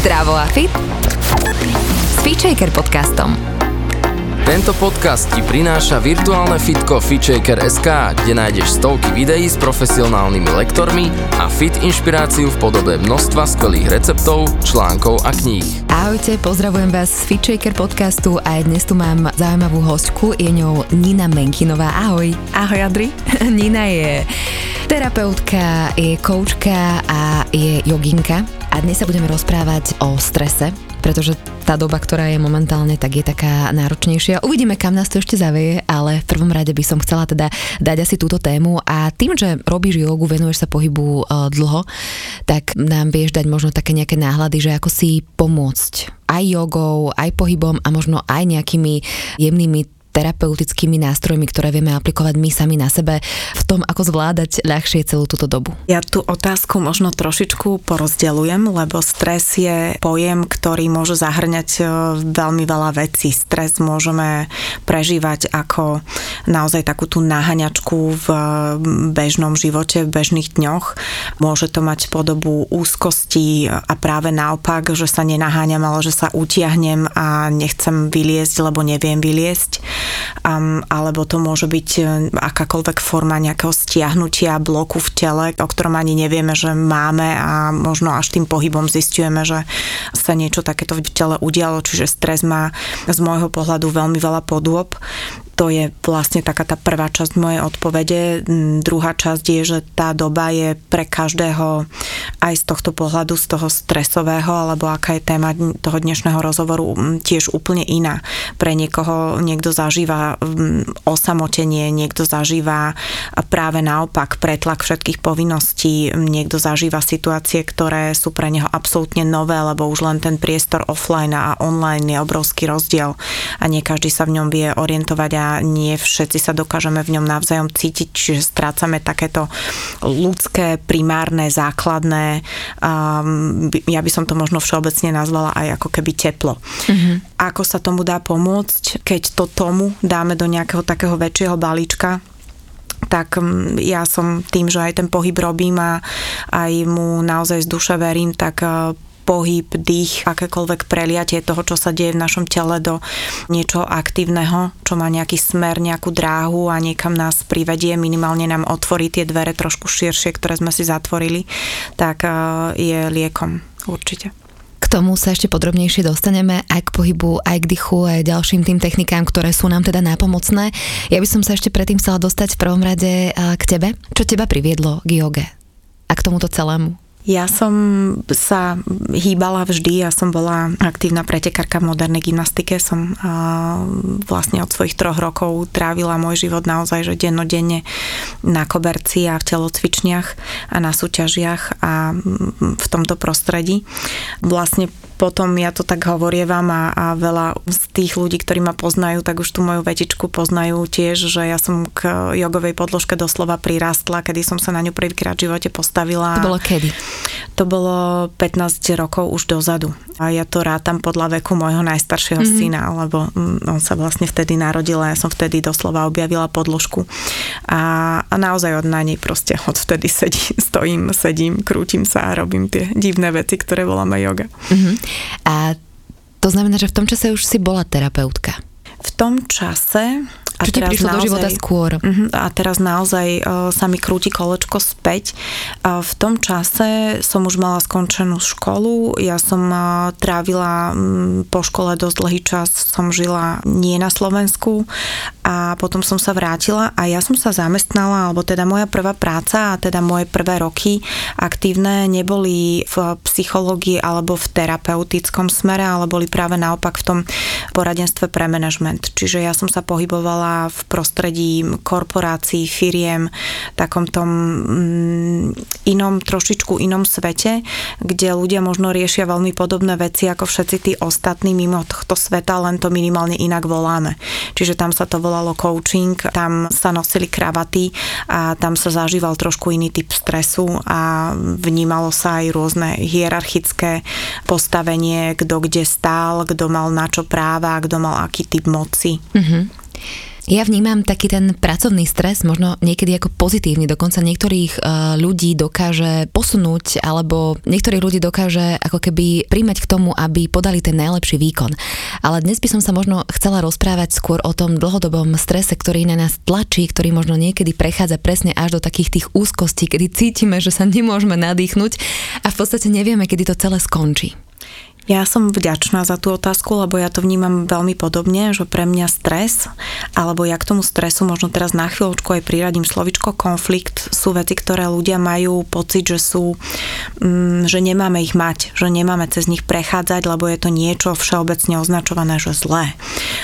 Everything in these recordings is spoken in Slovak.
Zdravo a fit s FitShaker podcastom. Tento podcast ti prináša virtuálne fitko FitShaker.sk, kde nájdeš stovky videí s profesionálnymi lektormi a fit inšpiráciu v podobe množstva skvelých receptov, článkov a kníh. Ahojte, pozdravujem vás z FitShaker podcastu a dnes tu mám zaujímavú hostku, je ňou Nina Menkinová. Ahoj. Ahoj, Adri. Nina je terapeutka, je koučka a je joginka. A dnes sa budeme rozprávať o strese, pretože tá doba, ktorá je momentálne, tak je taká náročnejšia. Uvidíme, kam nás to ešte zaveje, ale v prvom rade by som chcela teda dať asi túto tému a tým, že robíš jogu, venuješ sa pohybu dlho, tak nám vieš dať možno také nejaké náhľady, že ako si pomôcť aj jogou, aj pohybom a možno aj nejakými jemnými terapeutickými nástrojmi, ktoré vieme aplikovať my sami na sebe v tom, ako zvládať ľahšie celú túto dobu. Ja tú otázku možno trošičku porozdeľujem, lebo stres je pojem, ktorý môže zahrňať veľmi veľa vecí. Stres môžeme prežívať ako naozaj takú tú naháňačku v bežnom živote, v bežných dňoch. Môže to mať podobu úzkosti a práve naopak, že sa nenaháňam, ale že sa utiahnem a nechcem vyliesť, lebo neviem vyliesť. Alebo to môže byť akákoľvek forma nejakého stiahnutia, bloku v tele, o ktorom ani nevieme, že máme a možno až tým pohybom zisťujeme, že sa niečo takéto v tele udialo, čiže stres má z môjho pohľadu veľmi veľa podôb. To je vlastne taká tá prvá časť mojej odpovede. Druhá časť je, že tá doba je pre každého aj z tohto pohľadu, z toho stresového, alebo aká je téma toho dnešného rozhovoru, tiež úplne iná. Pre niekoho niekto zažíva osamotenie, niekto zažíva práve naopak pretlak všetkých povinností, niekto zažíva situácie, ktoré sú pre neho absolútne nové, lebo už len ten priestor offline a online je obrovský rozdiel a nie každý sa v ňom vie orientovať a nie všetci sa dokážeme v ňom navzájom cítiť, čiže strácame takéto ľudské, primárne, základné, ja by som to možno všeobecne nazvala aj ako keby teplo. Mm-hmm. Ako sa tomu dá pomôcť, keď to tomu dáme do nejakého takého väčšieho balíčka, tak ja som tým, že aj ten pohyb robím a aj mu naozaj z duše verím, tak pohyb, dých, akékoľvek preliatie toho, čo sa deje v našom tele do niečoho aktívneho, čo má nejaký smer, nejakú dráhu a niekam nás privedie, minimálne nám otvorí tie dvere trošku širšie, ktoré sme si zatvorili, tak je liekom určite. K tomu sa ešte podrobnejšie dostaneme aj k pohybu, aj k dychu, aj ďalším tým technikám, ktoré sú nám teda nápomocné. Ja by som sa ešte predtým chcela dostať v prvom rade k tebe. Čo teba priviedlo k joge a k tomuto celému? Ja som sa hýbala vždy, ja som bola aktívna pretekárka v modernej gymnastike, som vlastne od svojich 3 rokov trávila môj život naozaj, že dennodenne na koberci a v telocvičniach a na súťažiach a v tomto prostredí. Vlastne potom ja to tak hovorievam a veľa z tých ľudí, ktorí ma poznajú, tak už tú moju vetičku poznajú tiež, že ja som k jogovej podložke doslova prirastla, kedy som sa na ňu prvýkrát v živote postavila. To bolo kedy? To bolo 15 rokov už dozadu. A ja to rátam podľa veku môjho najstaršieho syna, lebo on sa vlastne vtedy narodil a ja som vtedy doslova objavila podložku. A naozaj na nej proste odvtedy stojím, sedím, krútim sa a robím tie divné veci, ktoré voláme joga. A to znamená, že v tom čase už si bola terapeutka? V tom čase... A čo ti prišlo naozaj, do života skôr? A teraz naozaj sa mi krúti kolečko späť. V tom čase som už mala skončenú školu. Ja som trávila po škole dosť dlhý čas. Som žila nie na Slovensku a potom som sa vrátila a ja som sa zamestnala, alebo teda moja prvá práca a teda moje prvé roky aktívne neboli v psychológii alebo v terapeutickom smere, ale boli práve naopak v tom poradenstve pre manažment. Čiže ja som sa pohybovala v prostredí korporácií, firiem, takom tom trošičku inom svete, kde ľudia možno riešia veľmi podobné veci ako všetci tí ostatní mimo tohto sveta, len to minimálne inak voláme. Čiže tam sa to volalo coaching, tam sa nosili kravaty a tam sa zažíval trošku iný typ stresu a vnímalo sa aj rôzne hierarchické postavenie, kto kde stál, kto mal na čo práva, kto mal aký typ moci. Ja vnímam taký ten pracovný stres možno niekedy ako pozitívny, dokonca niektorých ľudí dokáže posunúť, alebo niektorých ľudí dokáže ako keby príjmať k tomu, aby podali ten najlepší výkon. Ale dnes by som sa možno chcela rozprávať skôr o tom dlhodobom strese, ktorý na nás tlačí, ktorý možno niekedy prechádza presne až do takých tých úzkostí, kedy cítime, že sa nemôžeme nadýchnuť a v podstate nevieme, kedy to celé skončí. Ja som vďačná za tú otázku, lebo ja to vnímam veľmi podobne, že pre mňa stres, alebo ja k tomu stresu možno teraz na chvíľočku aj priradím slovičko konflikt, sú veci, ktoré ľudia majú pocit, že sú, že nemáme ich mať, že nemáme cez nich prechádzať, lebo je to niečo všeobecne označované, že zlé.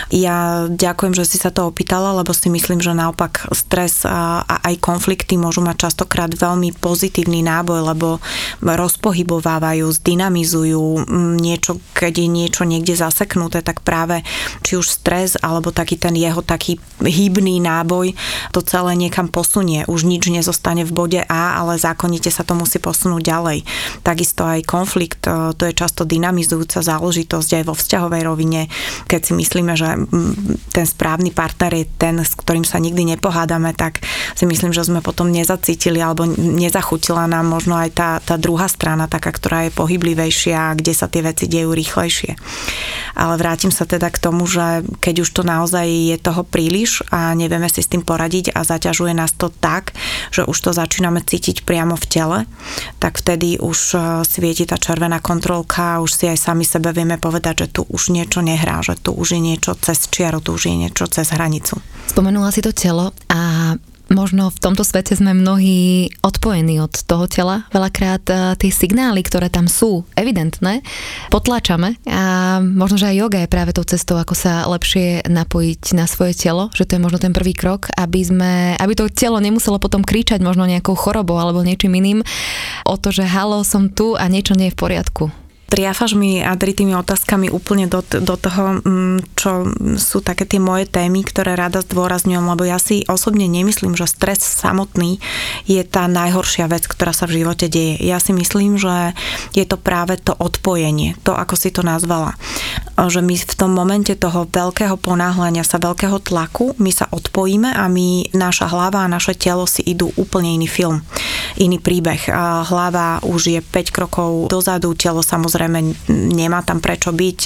Ja ďakujem, že si sa to opýtala, lebo si myslím, že naopak stres a aj konflikty môžu mať častokrát veľmi pozitívny náboj, lebo rozpohybovávajú, zdynamizujú niečo, keď je niečo niekde zaseknuté, tak práve či už stres alebo taký ten jeho taký hybný náboj to celé niekam posunie. Už nič nezostane v bode A, ale zákonite sa to musí posunúť ďalej. Takisto aj konflikt, to je často dynamizujúca záležitosť aj vo vzťahovej rovine. Keď si myslíme, že ten správny partner je ten, s ktorým sa nikdy nepohádame, tak si myslím, že sme potom nezacítili alebo nezachutila nám možno aj tá druhá strana, taká, ktorá je pohyblivejšia, kde sa tie veci dejú rýchlejšie. Ale vrátim sa teda k tomu, že keď už to naozaj je toho príliš a nevieme si s tým poradiť a zaťažuje nás to tak, že už to začíname cítiť priamo v tele, tak vtedy už svieti tá červená kontrolka a už si aj sami sebe vieme povedať, že tu už niečo nehrá, že tu už je niečo cez čiaru, tu už je niečo cez hranicu. Spomenula si to telo a možno v tomto svete sme mnohí odpojení od toho tela. Veľakrát tie signály, ktoré tam sú evidentné, potláčame a možno, že aj yoga je práve tou cestou, ako sa lepšie napojiť na svoje telo, že to je možno ten prvý krok, aby to telo nemuselo potom kričať možno nejakou chorobou alebo niečím iným o to, že halo, som tu a niečo nie je v poriadku. Triafaš mi, Adri, tými otázkami úplne do toho, čo sú také tie moje témy, ktoré rada zdôrazňujem, lebo ja si osobne nemyslím, že stres samotný je tá najhoršia vec, ktorá sa v živote deje. Ja si myslím, že je to práve to odpojenie, to, ako si to nazvala. Že my v tom momente toho veľkého ponáhľania sa, veľkého tlaku, my sa odpojíme a naša hlava a naše telo si idú úplne iný film, iný príbeh. Hlava už je 5 krokov dozadu, telo samozrejme nemá tam prečo byť,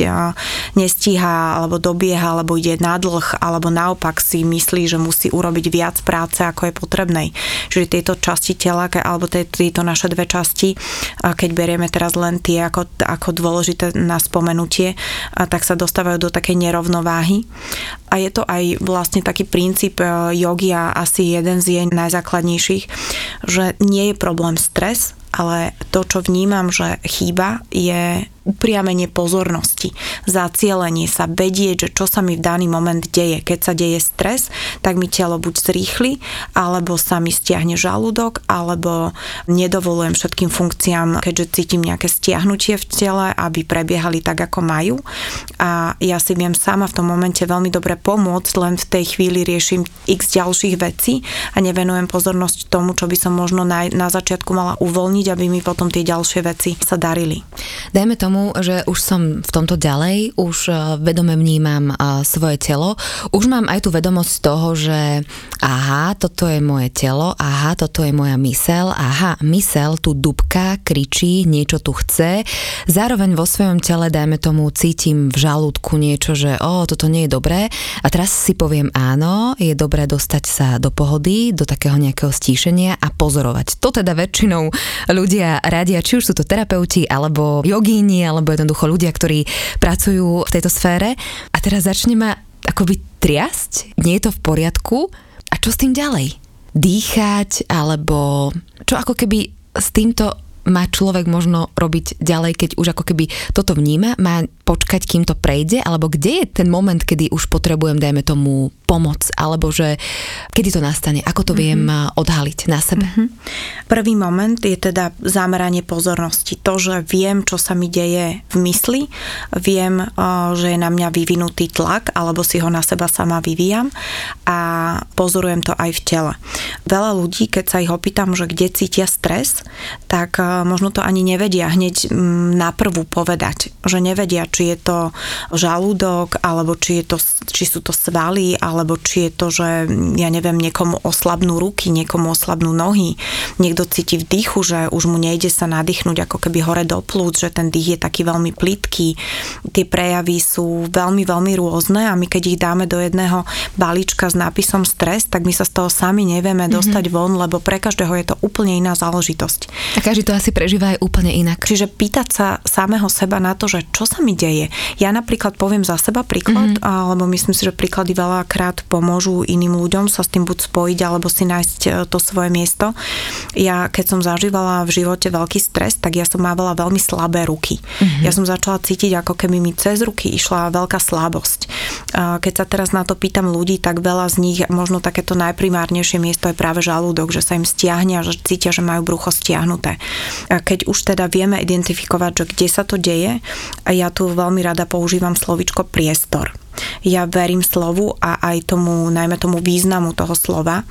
nestíha, alebo dobieha, alebo ide na dlh, alebo naopak si myslí, že musí urobiť viac práce, ako je potrebnej. Čiže tieto časti tela, alebo tieto naše dve časti, keď berieme teraz len tie ako dôležité na spomenutie, tak sa dostávajú do takej nerovnováhy. A je to aj vlastne taký princíp jogy a asi jeden z jej najzákladnejších, že nie je problém stres, ale to, čo vnímam, že chýba, je upriamenie pozornosti, zacielenie sa, vedieť, že čo sa mi v daný moment deje. Keď sa deje stres, tak mi telo buď zrýchli, alebo sa mi stiahne žalúdok, alebo nedovolujem všetkým funkciám, keďže cítim nejaké stiahnutie v tele, aby prebiehali tak, ako majú. A ja si viem sama v tom momente veľmi dobre pomôcť, len v tej chvíli riešim x ďalších vecí a nevenujem pozornosť tomu, čo by som možno na začiatku mala uvoľniť, aby mi potom tie ďalšie veci sa darili. Dajme tomu, že už som v tomto ďalej, už vedome vnímam svoje telo, už mám aj tú vedomosť toho, že aha, toto je moje telo, aha, toto je moja myseľ, aha, myseľ tu dúbka, kričí, niečo tu chce, zároveň vo svojom tele, dajme tomu, cítim v žalúdku niečo, že toto nie je dobré a teraz si poviem áno, je dobré dostať sa do pohody, do takého nejakého stíšenia a pozorovať. To teda väčšinou ľudia radia, či už sú to terapeuti, alebo jogíni, alebo jednoducho ľudia, ktorí pracujú v tejto sfére. A teraz začne ma akoby triasť, nie je to v poriadku. A čo s tým ďalej? Dýchať, alebo čo ako keby s týmto má človek možno robiť ďalej, keď už ako keby toto vníma, má počkať, kým to prejde, alebo kde je ten moment, kedy už potrebujem, dajme tomu, pomoc, alebo že kedy to nastane, ako to viem odhaliť na sebe. Prvý moment je teda zameranie pozornosti. To, že viem, čo sa mi deje v mysli, viem, že je na mňa vyvinutý tlak, alebo si ho na seba sama vyvíjam a pozorujem to aj v tele. Veľa ľudí, keď sa ich opýtam, že kde cítia stres, tak možno to ani nevedia hneď naprvu povedať, že nevedia, či je to žalúdok, alebo či sú to svaly, alebo alebo či je to, že ja neviem, niekomu oslabnú ruky, niekomu oslabnú nohy, niekto cíti v dýchu, že už mu nejde sa nadýchnuť ako keby hore do plúc, že ten dých je taký veľmi plytký. Tie prejavy sú veľmi, veľmi rôzne a my keď ich dáme do jedného balíčka s nápisom stres, tak my sa z toho sami nevieme dostať von, lebo pre každého je to úplne iná záležitosť. A každý to asi prežíva aj úplne inak. Čiže pýtať sa samého seba na to, že čo sa mi deje. Ja napríklad poviem za seba príklad, lebo myslím si, že príklady veľakrát pomôžu iným ľuďom sa s tým buď spojiť, alebo si nájsť to svoje miesto. Ja keď som zažívala v živote veľký stres, tak ja som mávala veľmi slabé ruky. Ja som začala cítiť, ako keby mi cez ruky išla veľká slabosť. Keď sa teraz na to pýtam ľudí, tak veľa z nich, možno takéto najprimárnejšie miesto je práve žalúdok, že sa im stiahne a že cítia, že majú brucho stiahnuté. Keď už teda vieme identifikovať, že kde sa to deje, a ja tu veľmi rada používam slovíčko priestor. Ja verím slovu a aj tomu, najmä tomu významu toho slova,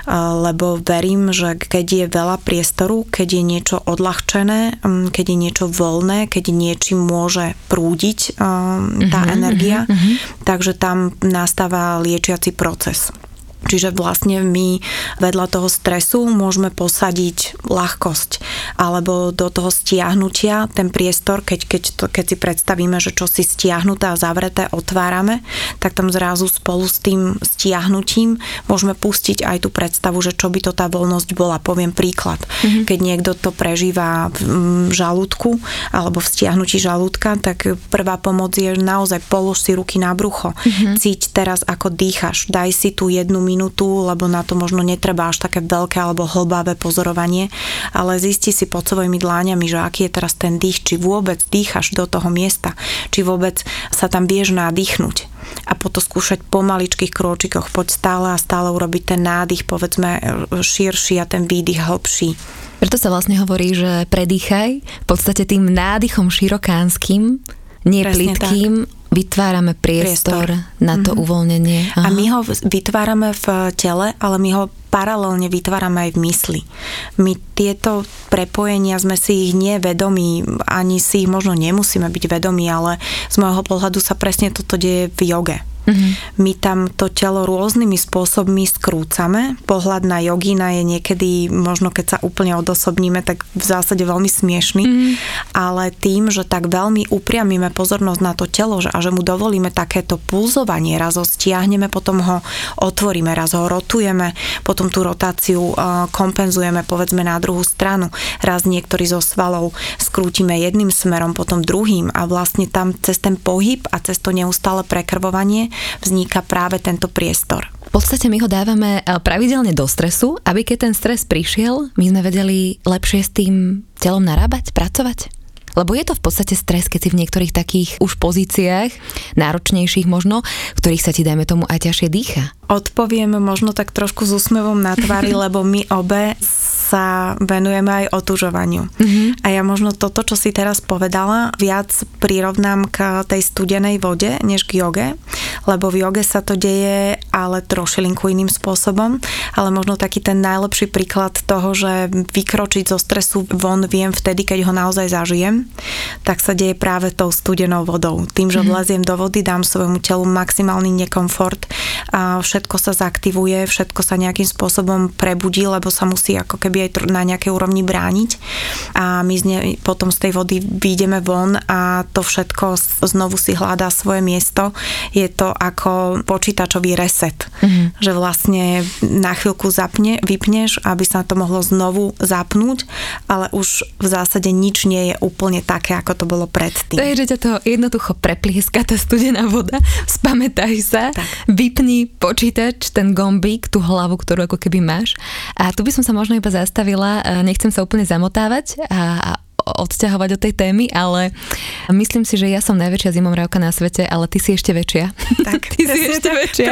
lebo verím, že keď je veľa priestoru, keď je niečo odľahčené, keď je niečo voľné, keď niečím môže prúdiť tá energia, takže tam nastáva liečiaci proces. Čiže vlastne my vedľa toho stresu môžeme posadiť ľahkosť alebo do toho stiahnutia ten priestor, keď si predstavíme, že čo si stiahnuté a zavreté otvárame, tak tam zrazu spolu s tým stiahnutím môžeme pustiť aj tú predstavu, že čo by to tá voľnosť bola. Poviem príklad. Keď niekto to prežíva v žalúdku alebo v stiahnutí žalúdka, tak prvá pomoc je naozaj polož si ruky na brucho. Cíť teraz, ako dýchaš. Daj si tú 1 minútu, lebo na to možno netreba až také veľké alebo hlbavé pozorovanie, ale zisti si pod svojimi dláňami, že aký je teraz ten dých, či vôbec dýchaš do toho miesta, či vôbec sa tam vieš nadýchnuť. A potom skúšať po maličkých krôčikoch, poď stále a stále urobiť ten nádych, povedzme, širší a ten výdych hlbší. Preto sa vlastne hovorí, že predýchaj v podstate tým nádychom širokánskym, nie plytkým, vytvárame priestor na to uvoľnenie. Aha. A my ho vytvárame v tele, ale my ho paralelne vytvárame aj v mysli. My tieto prepojenia sme si ich nevedomí, ani si ich možno nemusíme byť vedomí, ale z môjho pohľadu sa presne toto deje v joge. My tam to telo rôznymi spôsobmi skrúcame. Pohľad na jogína je niekedy, možno keď sa úplne odosobníme, tak v zásade veľmi smiešný, ale tým, že tak veľmi upriamíme pozornosť na to telo, a že mu dovolíme takéto pulzovanie, raz ho stiahneme, potom ho otvoríme, raz ho rotujeme, potom tú rotáciu kompenzujeme, povedzme, na druhú stranu. Raz niektorý zo svalov skrútime jedným smerom, potom druhým a vlastne tam cez ten pohyb a cez to neustále prekrvovanie vzniká práve tento priestor. V podstate my ho dávame pravidelne do stresu, aby keď ten stres prišiel, my sme vedeli lepšie s tým telom narábať, pracovať. Lebo je to v podstate stres, keď si v niektorých takých už pozíciách, náročnejších možno, v ktorých sa ti, dajme tomu, aj ťažšie dýcha. Odpoviem možno tak trošku s úsmevom na tvári, lebo my obe sa venujeme aj otužovaniu. A ja možno toto, čo si teraz povedala, viac prirovnám k tej studenej vode, než k joge, lebo v joge sa to deje, ale trošilinku iným spôsobom, ale možno taký ten najlepší príklad toho, že vykročiť zo stresu von viem vtedy, keď ho naozaj zažijem, tak sa deje práve tou studenou vodou. Tým, že vleziem do vody, dám svojmu telu maximálny nekomfort a všetko sa zaktivuje, všetko sa nejakým spôsobom prebudí, lebo sa musí ako keby aj na nejakej úrovni brániť a my potom z tej vody vyjdeme von a to všetko znovu si hľadá svoje miesto. Je to ako počítačový reset, že vlastne na chvíľku vypneš, aby sa to mohlo znovu zapnúť, ale už v zásade nič nie je úplne také, ako to bolo predtým. To je, že ťa to jednoducho preplieska tá studená voda, spamätaj sa, vypni počítač, ten gombík, tú hlavu, ktorú ako keby máš. A tu by som sa možno iba zastavila, nechcem sa úplne zamotávať a odťahovať od tej témy, ale myslím si, že ja som najväčšia zimomriavka na svete, ale ty si ešte väčšia. Tak, ty si ešte väčšia.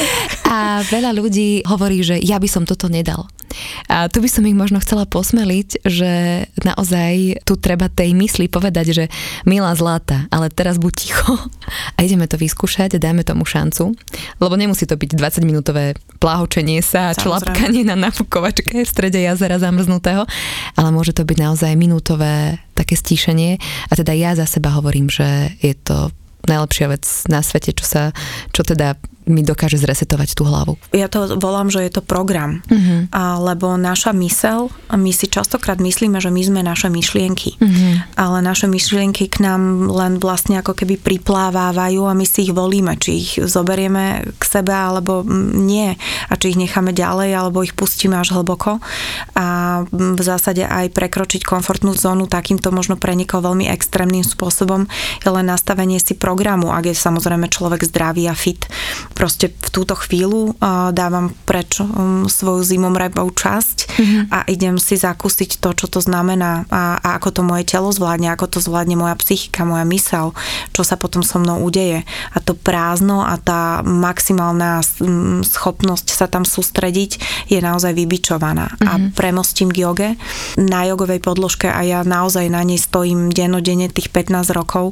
A veľa ľudí hovorí, že ja by som toto nedal. A tu by som ich možno chcela posmeliť, že naozaj tu treba tej mysli povedať, že milá zlata, ale teraz buď ticho a ideme to vyskúšať a dáme tomu šancu, lebo nemusí to byť 20-minútové pláhočenie sa a člapkanie na nafukovačke v strede jazera zamrznutého, ale môže to byť naozaj minútové také stíšenie a teda ja za seba hovorím, že je to najlepšia vec na svete, čo teda mi dokáže zresetovať tú hlavu. Ja to volám, že je to program, lebo naša myseľ, my si častokrát myslíme, že my sme naše myšlienky, ale naše myšlienky k nám len vlastne ako keby priplávajú a my si ich volíme, či ich zoberieme k sebe alebo nie a či ich necháme ďalej alebo ich pustíme až hlboko a v zásade aj prekročiť komfortnú zónu takýmto možno pre niekoho veľmi extrémnym spôsobom je len nastavenie si programu, ak je samozrejme človek zdravý a fit. Proste v túto chvíľu dávam preč svoju zimomrebovú časť a idem si zakúsiť to, čo to znamená a ako to moje telo zvládne, ako to zvládne moja psychika, moja myseľ, čo sa potom so mnou udeje. A to prázdno a tá maximálna schopnosť sa tam sústrediť je naozaj vybičovaná. A premostím k joge. Na jogovej podložke a ja naozaj na nej stojím dennodenne tých 15 rokov.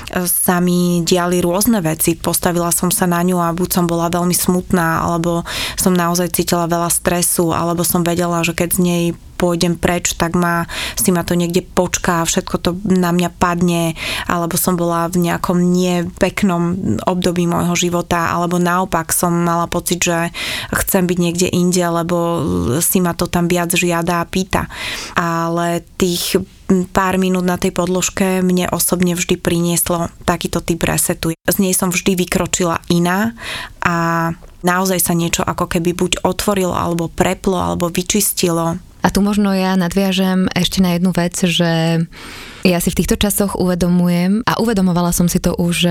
Sa mi diali rôzne veci. Postavila som sa na ňu a buď som bola veľmi smutná, alebo som naozaj cítila veľa stresu, alebo som vedela, že keď z nej pôjdem preč, tak si ma to niekde počká, všetko to na mňa padne, alebo som bola v nejakom nepeknom období môjho života, alebo naopak som mala pocit, že chcem byť niekde inde, lebo si ma to tam viac žiada a pýta. Ale tých pár minút na tej podložke mne osobne vždy prinieslo takýto typ resetu. Z nej som vždy vykročila iná a naozaj sa niečo ako keby buď otvorilo, alebo preplo, alebo vyčistilo. A tu možno ja nadviažem ešte na jednu vec, že ja si v týchto časoch uvedomujem, a uvedomovala som si to už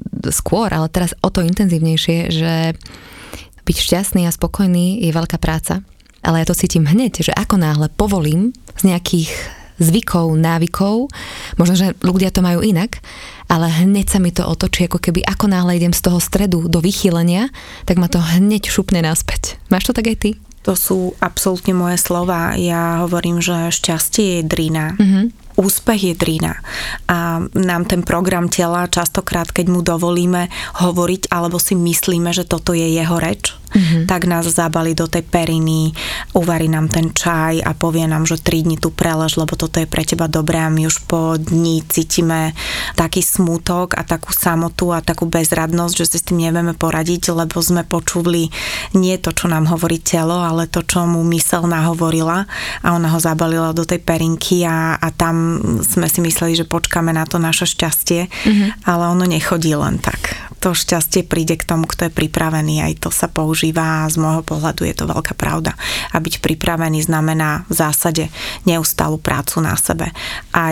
skôr, ale teraz o to intenzívnejšie, že byť šťastný a spokojný je veľká práca. Ale ja to cítim hneď, že ako náhle povolím z nejakých zvykov, návykov, možno, že ľudia to majú inak, ale hneď sa mi to otočí, ako keby ako náhle idem z toho stredu do vychýlenia, tak ma to hneď šupne naspäť. Máš to tak aj ty? To sú absolútne moje slova. Ja hovorím, že šťastie je drina. Úspech je drina. A nám ten program tela častokrát, keď mu dovolíme hovoriť, alebo si myslíme, že toto je jeho reč, tak nás zabali do tej periny, uvarí nám ten čaj a povie nám, že 3 dni tu prelež, lebo toto je pre teba dobré a my už po dni cítime taký smútok a takú samotu a takú bezradnosť, že si s tým nevieme poradiť, lebo sme počuli nie to, čo nám hovorí telo, ale to, čo mu myseľ nahovorila a ona ho zabalila do tej perinky a tam sme si mysleli, že počkáme na to naše šťastie, ale ono nechodí len tak. To šťastie príde k tomu, kto je pripravený, aj to sa používa a z môjho pohľadu je to veľká pravda. A byť pripravený znamená v zásade neustálu prácu na sebe. Aj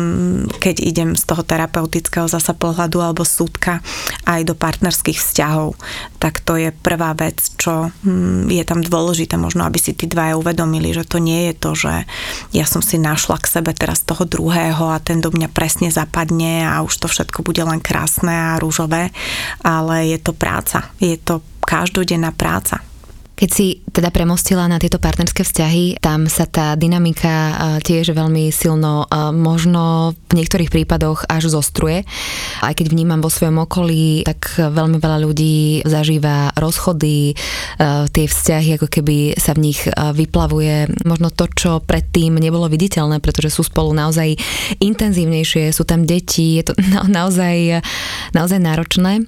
keď idem z toho terapeutického zasa pohľadu alebo súdka aj do partnerských vzťahov, tak to je prvá vec, čo je tam dôležité, možno aby si tí dvaja uvedomili, že to nie je to, že ja som si našla k sebe teraz toho druhého a ten do mňa presne zapadne a už to všetko bude len krásne a rúžové, ale je to práca. Je to každodenná práca. Keď si teda premostila na tieto partnerské vzťahy, tam sa tá dynamika tiež veľmi silno, možno v niektorých prípadoch až zostruje. Aj keď vnímam vo svojom okolí, tak veľmi veľa ľudí zažíva rozchody, tie vzťahy, ako keby sa v nich vyplavuje možno to, čo predtým nebolo viditeľné, pretože sú spolu naozaj intenzívnejšie, sú tam deti, je to naozaj náročné.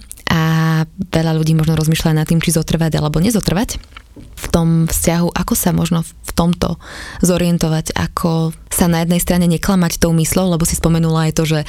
A veľa ľudí možno rozmýšľa nad tým, či zotrvať alebo nezotrvať v tom vzťahu, ako sa možno v tomto zorientovať, ako sa na jednej strane neklamať tou mysľou, lebo si spomenula aj to, že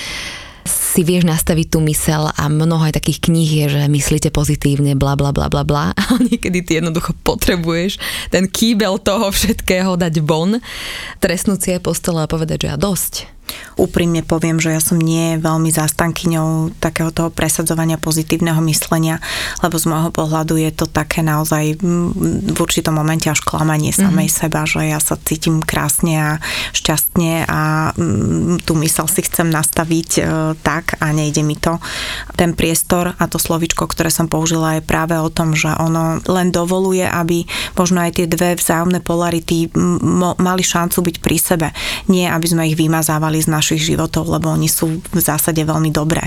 si vieš nastaviť tú myseľ a mnoho aj takých kníh je, že myslíte pozitívne, bla bla bla bla bla, ale niekedy ty jednoducho potrebuješ ten kýbel toho všetkého dať von, trestnúť si aj po stole a povedať, že ja dosť. Úprimne poviem, že ja som nie veľmi zástankyňou takého toho presadzovania pozitívneho myslenia, lebo z môjho pohľadu je to také naozaj v určitom momente až klamanie samej seba, že ja sa cítim krásne a šťastne a tú myseľ si chcem nastaviť tak a nejde mi to. Ten priestor a to slovíčko, ktoré som použila, je práve o tom, že ono len dovoluje, aby možno aj tie dve vzájomné polarity mali šancu byť pri sebe. Nie, aby sme ich vymazávali z našich životov, lebo oni sú v zásade veľmi dobré.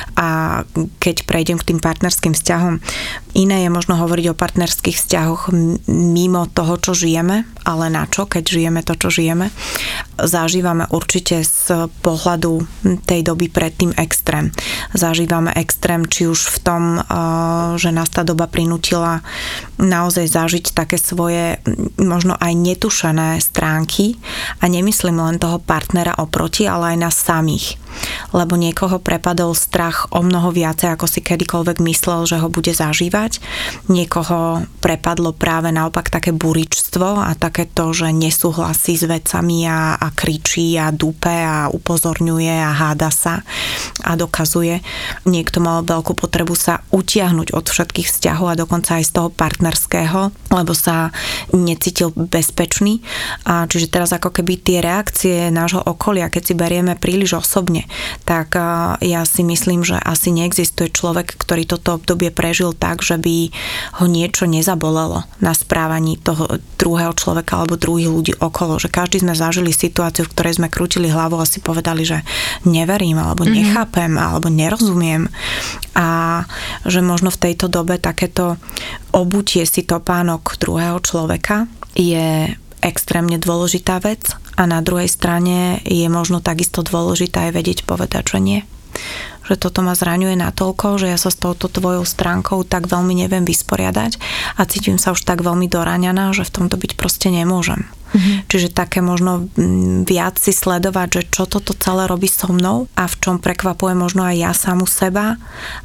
A keď prejdem k tým partnerským vzťahom, iné je možno hovoriť o partnerských vzťahoch mimo toho, čo žijeme, ale na čo, keď žijeme to, čo žijeme. zažívame určite z pohľadu tej doby predtým extrém. Zažívame extrém či už v tom, že nás tá doba prinútila naozaj zažiť také svoje možno aj netušené stránky a nemyslím len toho partnera oproti, ale aj nás samých. Lebo niekoho prepadol strach o mnoho viacej, ako si kedykoľvek myslel, že ho bude zažívať. Niekoho prepadlo práve naopak také buričstvo a také to, že nesúhlasí s vecami a kričí a dupe a upozorňuje a háda sa a dokazuje. Niekto mal veľkú potrebu sa utiahnuť od všetkých vzťahov a dokonca aj z toho partnerského, lebo sa necítil bezpečný. A čiže teraz ako keby tie reakcie nášho okolia, keď si berieme príliš osobne, tak ja si myslím, že asi neexistuje človek, ktorý toto obdobie prežil tak, že by ho niečo nezabolelo na správaní toho druhého človeka alebo druhých ľudí okolo. Že každý sme zažili situáciu, v ktorej sme krútili hlavou a si povedali, že neverím, alebo nechápem, alebo nerozumiem. A že možno v tejto dobe takéto obutie si topánok druhého človeka je extrémne dôležitá vec a na druhej strane je možno takisto dôležité aj vedieť povedať, že nie. Že toto ma zraňuje natoľko, že ja sa s touto tvojou stránkou tak veľmi neviem vysporiadať a cítim sa už tak veľmi doraňaná, že v tomto byť proste nemôžem. Čiže také možno viac si sledovať, že čo toto celé robí so mnou a v čom prekvapuje možno aj ja samu seba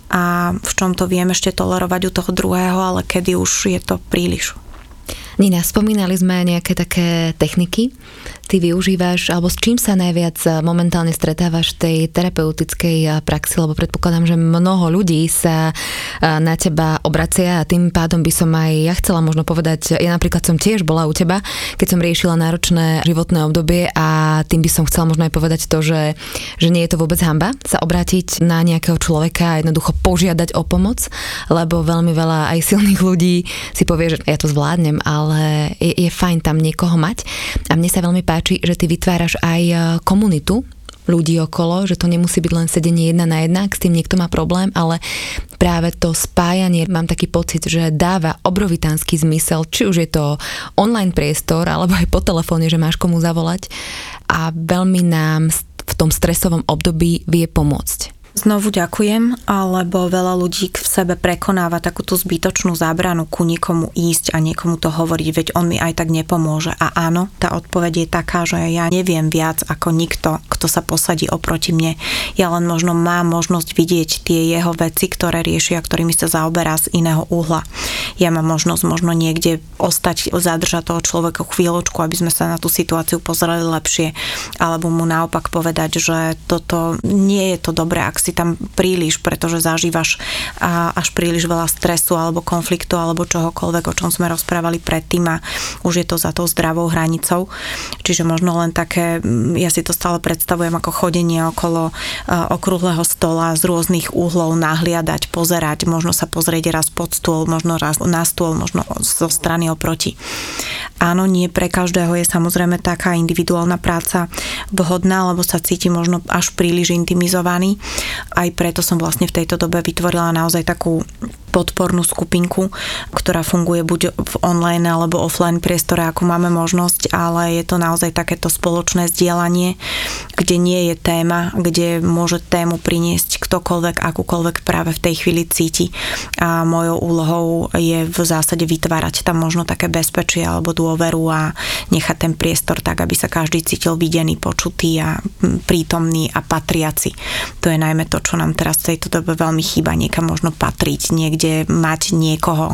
a v čom to viem ešte tolerovať u toho druhého, ale kedy už je to príliš. Nina, spomínali sme nejaké také techniky, ty využívaš, alebo s čím sa najviac momentálne stretávaš v tej terapeutickej praxi, lebo predpokladám, že mnoho ľudí sa na teba obracia a tým pádom by som aj ja chcela možno povedať, ja napríklad som tiež bola u teba, keď som riešila náročné životné obdobie a tým by som chcela možno aj povedať to, že nie je to vôbec hanba sa obrátiť na nejakého človeka a jednoducho požiadať o pomoc, lebo veľmi veľa aj silných ľudí si povie, že ja to zvládnem, ale je fajn tam niekoho mať. A mne sa veľmi páči, že ty vytváraš aj komunitu ľudí okolo, že to nemusí byť len sedenie jedna na jedna, ak s tým niekto má problém, ale práve to spájanie, mám taký pocit, že dáva obrovitánsky zmysel, či už je to online priestor, alebo aj po telefóne, že máš komu zavolať a veľmi nám v tom stresovom období vie pomôcť. Znovu ďakujem, lebo veľa ľudí v sebe prekonáva takú tú zbytočnú zábranu ku niekomu ísť a niekomu to hovoriť, veď on mi aj tak nepomôže. A áno, tá odpoveď je taká, že ja neviem viac ako nikto, kto sa posadí oproti mne. Ja len možno mám možnosť vidieť tie jeho veci, ktoré riešia, ktorými sa zaoberá z iného uhla. Ja mám možnosť možno niekde ostať, zadržať toho človeka chvíľočku, aby sme sa na tú situáciu pozreli lepšie, alebo mu naopak povedať, že toto nie je to dobré, ak si tam príliš, pretože zažívaš až príliš veľa stresu alebo konfliktu alebo čohokoľvek, o čom sme rozprávali predtým a už je to za tou zdravou hranicou. Čiže možno len také, ja si to stále predstavujem ako chodenie okolo okrúhleho stola z rôznych uhlov, nahliadať, pozerať, možno sa pozrieť raz pod stôl, možno raz na stôl, možno zo strany oproti. Áno, nie pre každého je samozrejme taká individuálna práca vhodná, lebo sa cíti možno až príliš intimizovaný. Aj preto som vlastne v tejto dobe vytvorila naozaj takú podpornú skupinku, ktorá funguje buď v online alebo offline priestore, ako máme možnosť, ale je to naozaj takéto spoločné zdieľanie, kde nie je téma, kde môže tému priniesť ktokoľvek, akúkoľvek práve v tej chvíli cíti. A mojou úlohou je v zásade vytvárať tam možno také bezpečie alebo dôveru a nechať ten priestor tak, aby sa každý cítil videný, počutý a prítomný a patriaci. To je najmä to, čo nám teraz v tejto dobe veľmi chýba, niekam možno patriť, niekde mať niekoho,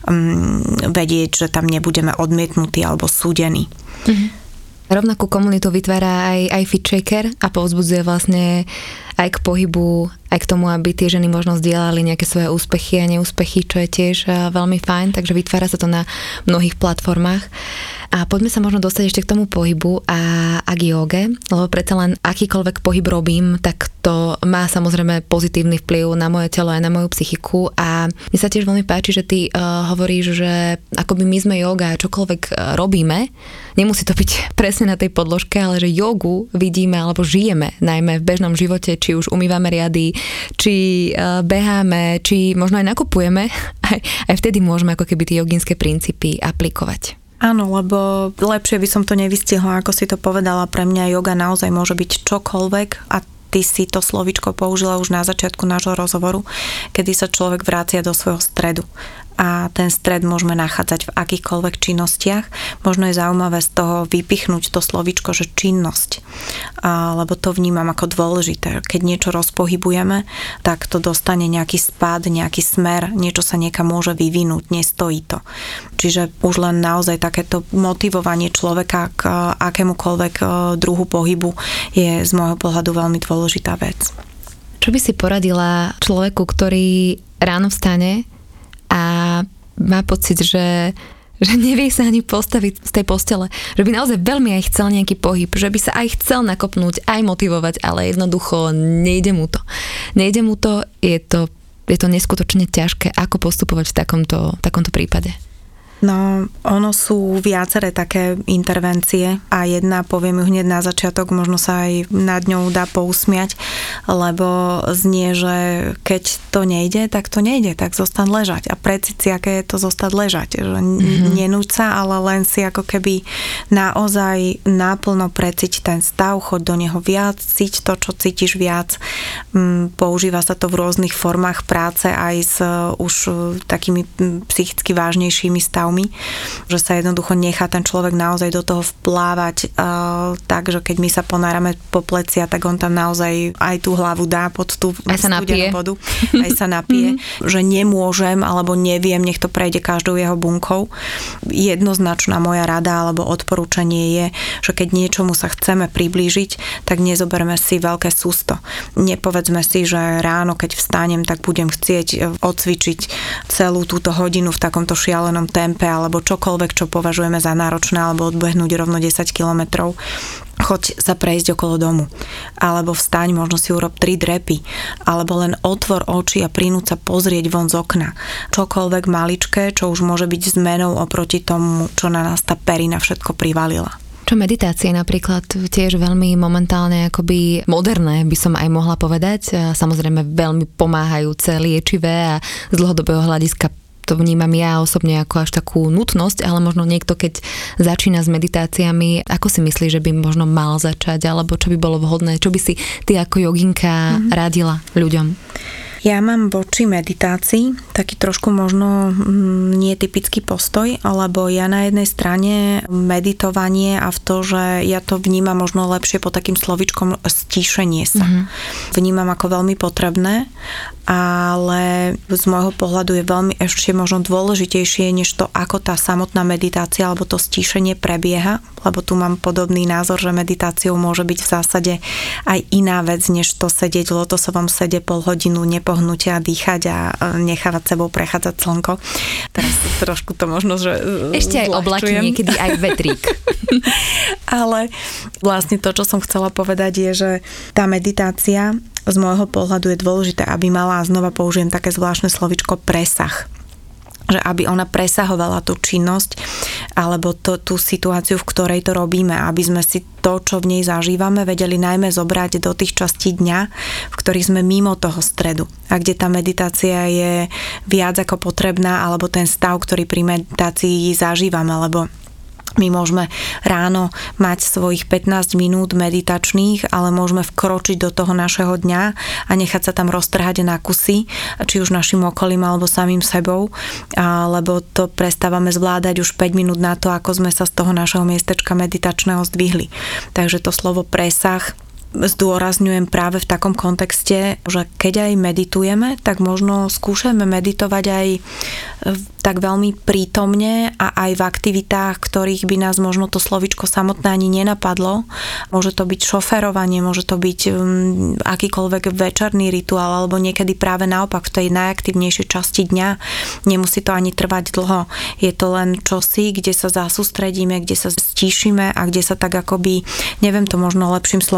vedieť, že tam nebudeme odmietnutí alebo súdení. Rovnakú komunitu vytvára aj FitShaker a povzbudzuje vlastne aj k pohybu, aj k tomu, aby tie ženy možno zdieľali nejaké svoje úspechy a neúspechy, čo je tiež veľmi fajn, takže vytvára sa to na mnohých platformách. A poďme sa možno dostať ešte k tomu pohybu a k joge, lebo predsa len akýkoľvek pohyb robím, tak to má samozrejme pozitívny vplyv na moje telo aj na moju psychiku a mne sa tiež veľmi páči, že ty hovoríš, že akoby my sme joga a čokoľvek robíme, nemusí to byť presne na tej podložke, ale že jogu vidíme alebo žijeme najmä v bežnom živote, či už umývame riady, či beháme, či možno aj nakupujeme, aj vtedy môžeme ako keby tie jogínske princípy aplikovať. Áno, lebo lepšie by som to nevystihla, ako si to povedala. Pre mňa yoga naozaj môže byť čokoľvek a ty si to slovíčko použila už na začiatku nášho rozhovoru, kedy sa človek vracia do svojho stredu. A ten stred môžeme nachádzať v akýchkoľvek činnostiach. Možno je zaujímavé z toho vypichnúť to slovíčko, že činnosť. Lebo to vnímam ako dôležité. Keď niečo rozpohybujeme, tak to dostane nejaký spád, nejaký smer, niečo sa niekam môže vyvinúť, nestojí to. Čiže už len naozaj takéto motivovanie človeka k akémukoľvek druhu pohybu je z môjho pohľadu veľmi dôležitá vec. Čo by si poradila človeku, ktorý ráno vstane a má pocit, že nevie sa ani postaviť z tej postele. Že by naozaj veľmi aj chcel nejaký pohyb, že by sa aj chcel nakopnúť, aj motivovať, ale jednoducho nejde mu to. Nejde mu to, je to neskutočne ťažké, ako postupovať v takomto prípade. No, ono sú viaceré také intervencie a jedna, poviem ju hneď na začiatok, možno sa aj nad ňou dá pousmiať, lebo znie, že keď to nejde, tak zostaň ležať. A precíť si, aké je to zostať ležať. Že nenúť sa, ale len si ako keby naozaj náplno precíť ten stav, choď do neho viac, cíť to, čo cítiš viac. Používa sa to v rôznych formách práce aj s už takými psychicky vážnejšími stavmi, že sa jednoducho nechá ten človek naozaj do toho vplávať tak, že keď my sa ponárame po plecia, tak on tam naozaj aj tú hlavu dá pod tú studenú vodu. Aj sa napije. Že nemôžem, alebo neviem, nech to prejde každou jeho bunkou. Jednoznačná moja rada alebo odporúčanie je, že keď niečomu sa chceme priblížiť, tak nezoberme si veľké sústo. Nepovedzme si, že ráno, keď vstanem, tak budem chcieť odcvičiť celú túto hodinu v takomto šialenom tempe alebo čokoľvek, čo považujeme za náročné, alebo odbehnúť rovno 10 kilometrov. Choď sa prejsť okolo domu. Alebo vstaň, možno si urob 3 drepy. Alebo len otvor oči a prinúť sa pozrieť von z okna. Čokoľvek maličké, čo už môže byť zmenou oproti tomu, čo na nás tá perina všetko privalila. Čo meditácie napríklad, tiež veľmi momentálne akoby moderné, by som aj mohla povedať. Samozrejme veľmi pomáhajúce, liečivé a z dlhodobého hľadiska to vnímam ja osobne ako až takú nutnosť, ale možno niekto, keď začína s meditáciami, ako si myslíš, že by možno mal začať, alebo čo by bolo vhodné, čo by si ty ako joginka radila ľuďom? Ja mám voči meditácii taký trošku možno netypický postoj, lebo ja na jednej strane meditovanie a v to, že ja to vnímam možno lepšie pod takým slovičkom stíšenie sa. Vnímam ako veľmi potrebné, ale z môjho pohľadu je veľmi ešte možno dôležitejšie, než to, ako tá samotná meditácia alebo to stíšenie prebieha, lebo tu mám podobný názor, že meditáciou môže byť v zásade aj iná vec, než to sedieť v lotosovom sede pol hodinu, nepohnúť a dýchať a nechávať sebou prechádzať slnko. Teraz trošku to možno, že ešte aj oblaky, niekedy aj vetrík. Ale vlastne to, čo som chcela povedať, je, že tá meditácia z môjho pohľadu je dôležité, aby mala, a znova použijem také zvláštne slovičko, presah. Že aby ona presahovala tú činnosť alebo tú situáciu, v ktorej to robíme, aby sme si to, čo v nej zažívame, vedeli najmä zobrať do tých častí dňa, v ktorých sme mimo toho stredu a kde tá meditácia je viac ako potrebná, alebo ten stav, ktorý pri meditácii zažívame, lebo my môžeme ráno mať svojich 15 minút meditačných, ale môžeme vkročiť do toho našeho dňa a nechať sa tam roztrhať na kusy, či už našim okolím alebo samým sebou, lebo to prestávame zvládať už 5 minút na to, ako sme sa z toho našeho miestečka meditačného zdvihli. Takže to slovo presah zdôrazňujem práve v takom kontexte, že keď aj meditujeme, tak možno skúšajme meditovať aj tak veľmi prítomne a aj v aktivitách, ktorých by nás možno to slovičko samotné ani nenapadlo. Môže to byť šoférovanie, môže to byť akýkoľvek večerný rituál, alebo niekedy práve naopak v tej najaktívnejšej časti dňa. Nemusí to ani trvať dlho. Je to len čosi, kde sa zasústredíme, kde sa stíšime a kde sa tak akoby, neviem to možno lepším slovičkom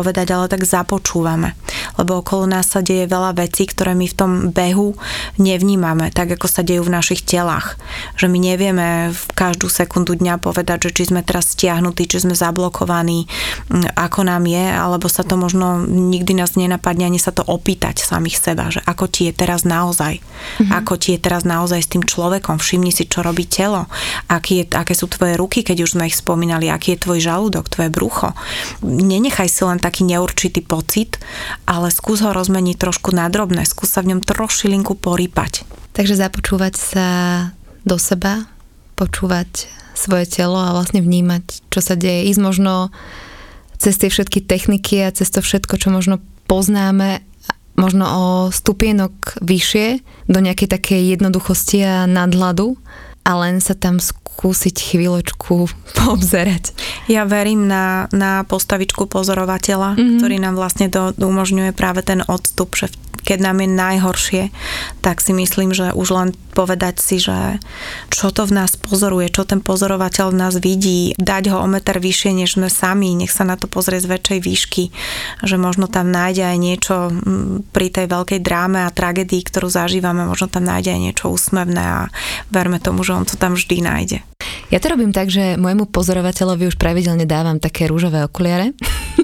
povedať, ale tak započúvame. Lebo okolo nás sa deje veľa vecí, ktoré my v tom behu nevnímame, tak ako sa dejú v našich telách. Že my nevieme v každú sekundu dňa povedať, že či sme teraz stiahnutí, či sme zablokovaní, ako nám je, alebo sa to možno nikdy nás nenapadne ani sa to opýtať samých seba, že ako ti je teraz naozaj. Ako ti je teraz naozaj s tým človekom. Všimni si, čo robí telo. Aké sú tvoje ruky, keď už sme ich spomínali, aký je tvoj žalúdok, tvoje brucho. Nenechaj si len taký neurčitý pocit, ale skús ho rozmeniť trošku na drobné, skús sa v ňom trošilinku porýpať. Takže započúvať sa do seba, počúvať svoje telo a vlastne vnímať, čo sa deje. Ísť možno cez tie všetky techniky a cez to všetko, čo možno poznáme, možno o stupienok vyššie, do nejakej takej jednoduchosti a nadhľadu a len sa tam skúsiť chvíľočku poobzerať. Ja verím na postavičku pozorovateľa, ktorý nám vlastne umožňuje práve ten odstup, že keď nám je najhoršie, tak si myslím, že už len povedať si, že čo to v nás pozoruje, čo ten pozorovateľ v nás vidí, dať ho o meter vyššie, než sme sami, nech sa na to pozrie z väčšej výšky, že možno tam nájde aj niečo pri tej veľkej dráme a tragédii, ktorú zažívame, možno tam nájde aj niečo úsmevné a verme tomu, že on to tam vždy nájde. Ja to robím tak, že môjmu pozorovateľovi už pravidelne dávam také rúžové okuliare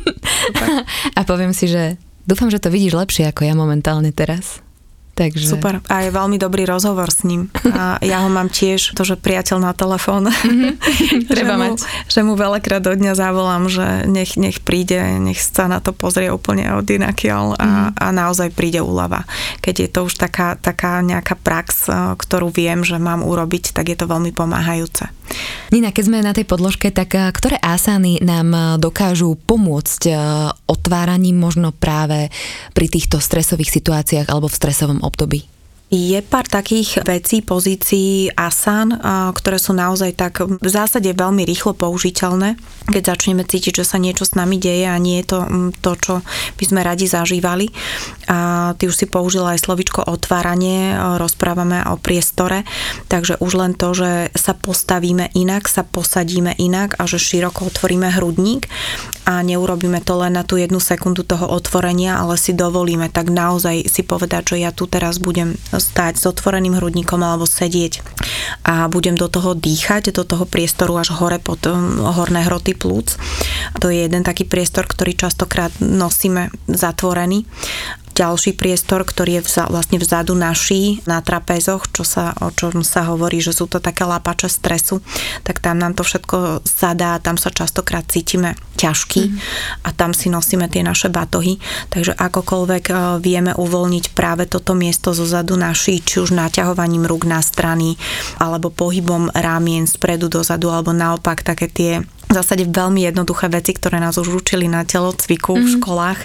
a poviem si, že dúfam, že to vidíš lepšie ako ja momentálne teraz. Takže... Super. A je veľmi dobrý rozhovor s ním. A ja ho mám tiež, to, že priateľ na telefón. Treba mať. Že mu veľakrát do dňa zavolám, že nech príde, nech sa na to pozrie úplne od inakiaľ a naozaj príde úľava. Keď je to už taká nejaká prax, ktorú viem, že mám urobiť, tak je to veľmi pomáhajúce. Nina, keď sme na tej podložke, tak ktoré asány nám dokážu pomôcť otváraním možno práve pri týchto stresových situáciách alebo v stresovom období? Je pár takých vecí, pozícií asán, ktoré sú naozaj tak v zásade veľmi rýchlo použiteľné, keď začneme cítiť, že sa niečo s nami deje a nie je to, čo by sme radi zažívali. A ty už si použila aj slovíčko otváranie, rozprávame o priestore, takže už len to, že sa postavíme inak, sa posadíme inak a že široko otvoríme hrudník a neurobíme to len na tú 1 sekundu toho otvorenia, ale si dovolíme tak naozaj si povedať, že ja tu teraz budem stáť s otvoreným hrudníkom alebo sedieť a budem do toho dýchať, do toho priestoru až hore pod horné hroty plúc. To je jeden taký priestor, ktorý častokrát nosíme zatvorený. Ďalší priestor, ktorý je vlastne vzadu naší, na trapézoch, o čom sa hovorí, že sú to také lapače stresu, tak tam nám to všetko sadá, tam sa častokrát cítime ťažký a tam si nosíme tie naše batohy. Takže akokoľvek vieme uvoľniť práve toto miesto zozadu naší, či už naťahovaním rúk na strany, alebo pohybom rámien spredu dozadu, alebo naopak také tie v zásade veľmi jednoduché veci, ktoré nás už učili na telocviku v školách.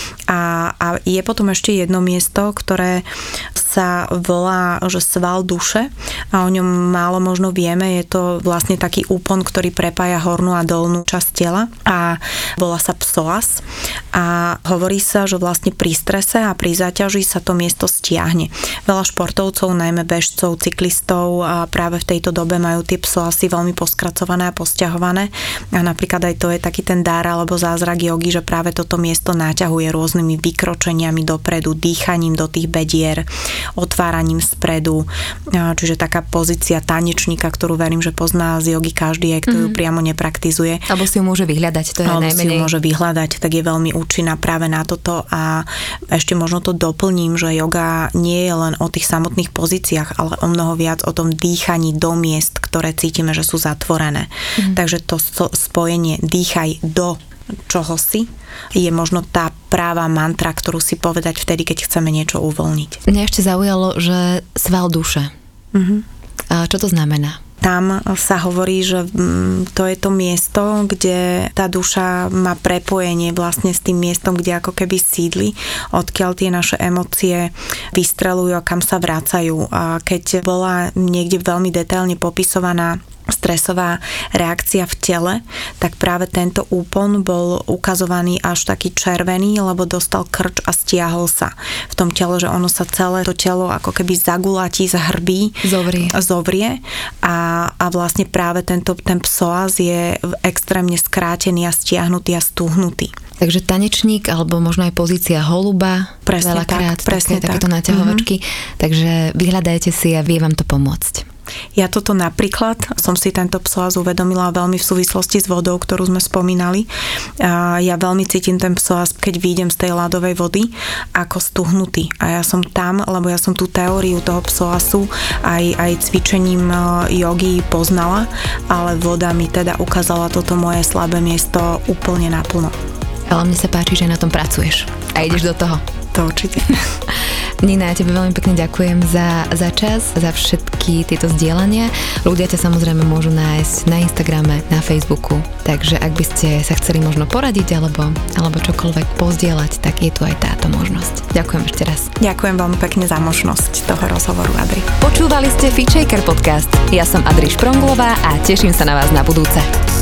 A je potom ešte jedno miesto, ktoré sa volá, že sval duše a o ňom málo možno vieme. Je to vlastne taký úpon, ktorý prepája hornú a dolnú časť tela a volá sa psoas a hovorí sa, že vlastne pri strese a pri záťaži sa to miesto stiahne. Veľa športovcov, najmä bežcov, cyklistov a práve v tejto dobe majú tie psoasy veľmi poskracované a posťahované. A napríklad aj to je taký ten dar alebo zázrak jogy, že práve toto miesto naťahuje rôznymi vykročeniami dopredu, dýchaním do tých bedier, otváraním spredu. Čiže taká pozícia tanečníka, ktorú verím, že pozná z jogy každý, aj kto ju priamo nepraktizuje. Alebo si ju môže vyhľadať, to je alebo najmenej. Si ju môže vyhľadať, tak je veľmi účinná práve na toto a ešte možno to doplním, že joga nie je len o tých samotných pozíciách, ale o mnoho viac o tom dýchaní do miest, ktoré cítime, že sú zatvorené. Takže to spojenie dýchaj do čohosi je možno tá práva mantra, ktorú si povedať vtedy, keď chceme niečo uvoľniť. Mňa ešte zaujalo, že sval duše. A čo to znamená? Tam sa hovorí, že to je to miesto, kde tá duša má prepojenie vlastne s tým miestom, kde ako keby sídli, odkiaľ tie naše emócie vystrelujú a kam sa vracajú. A keď bola niekde veľmi detailne popisovaná stresová reakcia v tele, tak práve tento úpon bol ukazovaný až taký červený, lebo dostal krč a stiahol sa v tom tele, že ono sa celé to telo ako keby zagulatí, zahrbí, zovrie a vlastne práve ten psoas je extrémne skrátený a stiahnutý a stúhnutý. Takže tanečník, alebo možno aj pozícia holuba, presne veľakrát tak, presne takéto naťahovačky, takže vyhľadajte si a vie vám to pomôcť. Ja toto napríklad som si tento psoas uvedomila veľmi v súvislosti s vodou, ktorú sme spomínali. Ja veľmi cítim ten psoas, keď vyjdem z tej ľadovej vody, ako stuhnutý. A ja som tam, lebo ja som tú teóriu toho psoasu aj cvičením jogy poznala, ale voda mi teda ukázala toto moje slabé miesto úplne naplno. Ale mne sa páči, že na tom pracuješ a ideš do toho. To určite. Nina, ja tebe veľmi pekne ďakujem za čas, za všetky tieto zdieľania. Ľudia ťa samozrejme môžu nájsť na Instagrame, na Facebooku, takže ak by ste sa chceli možno poradiť alebo čokoľvek pozdieľať, tak je tu aj táto možnosť. Ďakujem ešte raz. Ďakujem veľmi pekne za možnosť toho rozhovoru, Adri. Počúvali ste FitShaker podcast. Ja som Adri Špronglová a teším sa na vás na budúce.